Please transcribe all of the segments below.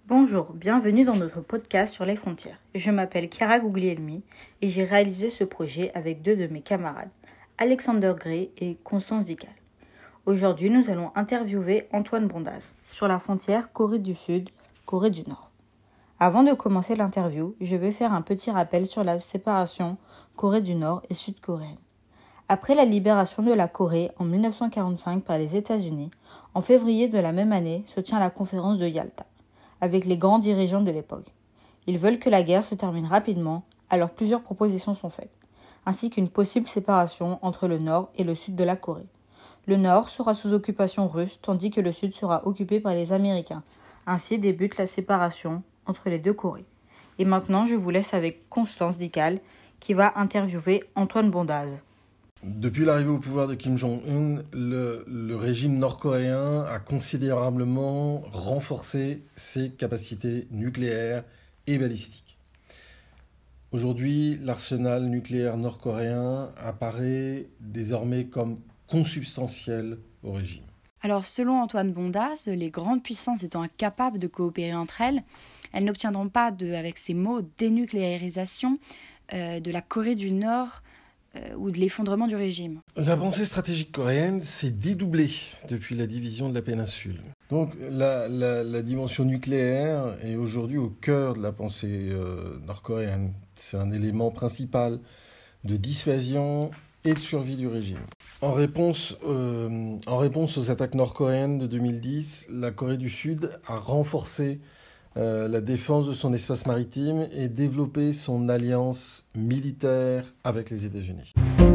Bonjour, bienvenue dans notre podcast sur les frontières. Je m'appelle Chiara Guglielmi et j'ai réalisé ce projet avec deux de mes camarades, Alexander Gray et Constance Dical. Aujourd'hui, nous allons interviewer Antoine Bondaz sur la frontière Corée du Sud, Corée du Nord. Avant de commencer l'interview, je vais faire un petit rappel sur la séparation Corée du Nord et sud-coréenne. Après la libération de la Corée en 1945 par les États-Unis, en février de la même année se tient la conférence de Yalta, avec les grands dirigeants de l'époque. Ils veulent que la guerre se termine rapidement, alors plusieurs propositions sont faites, ainsi qu'une possible séparation entre le nord et le sud de la Corée. Le nord sera sous occupation russe, tandis que le sud sera occupé par les Américains. Ainsi débute la séparation entre les deux Corées. Et maintenant, je vous laisse avec Constance Dical, qui va interviewer Antoine Bondaz. Depuis l'arrivée au pouvoir de Kim Jong-un, le régime nord-coréen a considérablement renforcé ses capacités nucléaires et balistiques. Aujourd'hui, l'arsenal nucléaire nord-coréen apparaît désormais comme consubstantiel au régime. Alors, selon Antoine Bondaz, les grandes puissances étant incapables de coopérer entre elles, elles n'obtiendront pas, avec ces mots, dénucléarisation de la Corée du Nord ou de l'effondrement du régime. La pensée stratégique coréenne s'est dédoublée depuis la division de la péninsule. Donc la dimension nucléaire est aujourd'hui au cœur de la pensée nord-coréenne. C'est un élément principal de dissuasion et de survie du régime. En réponse aux attaques nord-coréennes de 2010, la Corée du Sud a renforcé la défense de son espace maritime et développé son alliance militaire avec les États-Unis.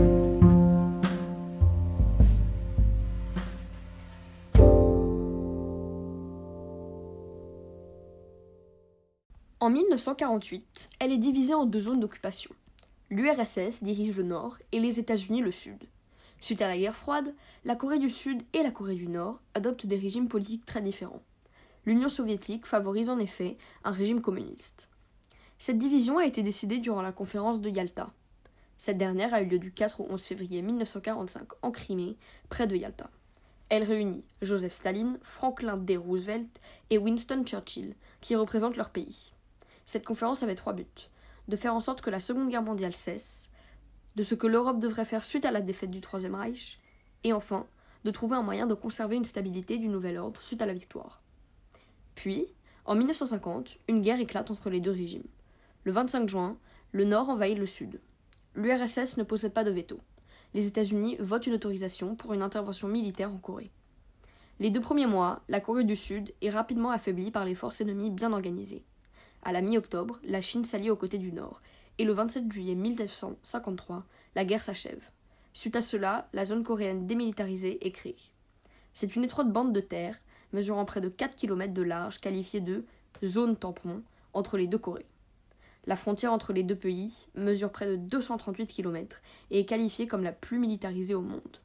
En 1948, elle est divisée en deux zones d'occupation. L'URSS dirige le nord et les États-Unis le sud. Suite à la guerre froide, la Corée du Sud et la Corée du Nord adoptent des régimes politiques très différents. L'Union soviétique favorise en effet un régime communiste. Cette division a été décidée durant la conférence de Yalta. Cette dernière a eu lieu du 4 au 11 février 1945 en Crimée, près de Yalta. Elle réunit Joseph Staline, Franklin D. Roosevelt et Winston Churchill, qui représentent leur pays. Cette conférence avait trois buts: de faire en sorte que la Seconde Guerre mondiale cesse, de ce que l'Europe devrait faire suite à la défaite du Troisième Reich, et enfin, de trouver un moyen de conserver une stabilité du nouvel ordre suite à la victoire. Puis, en 1950, une guerre éclate entre les deux régimes. Le 25 juin, le Nord envahit le Sud. L'URSS ne possède pas de veto. Les États-Unis votent une autorisation pour une intervention militaire en Corée. Les 2 premiers mois, la Corée du Sud est rapidement affaiblie par les forces ennemies bien organisées. À la mi-octobre, la Chine s'allie aux côtés du Nord, et le 27 juillet 1953, la guerre s'achève. Suite à cela, la zone coréenne démilitarisée est créée. C'est une étroite bande de terre, mesurant près de 4 km de large, qualifiée de « zone tampon » entre les deux Corées. La frontière entre les deux pays mesure près de 238 km et est qualifiée comme la plus militarisée au monde.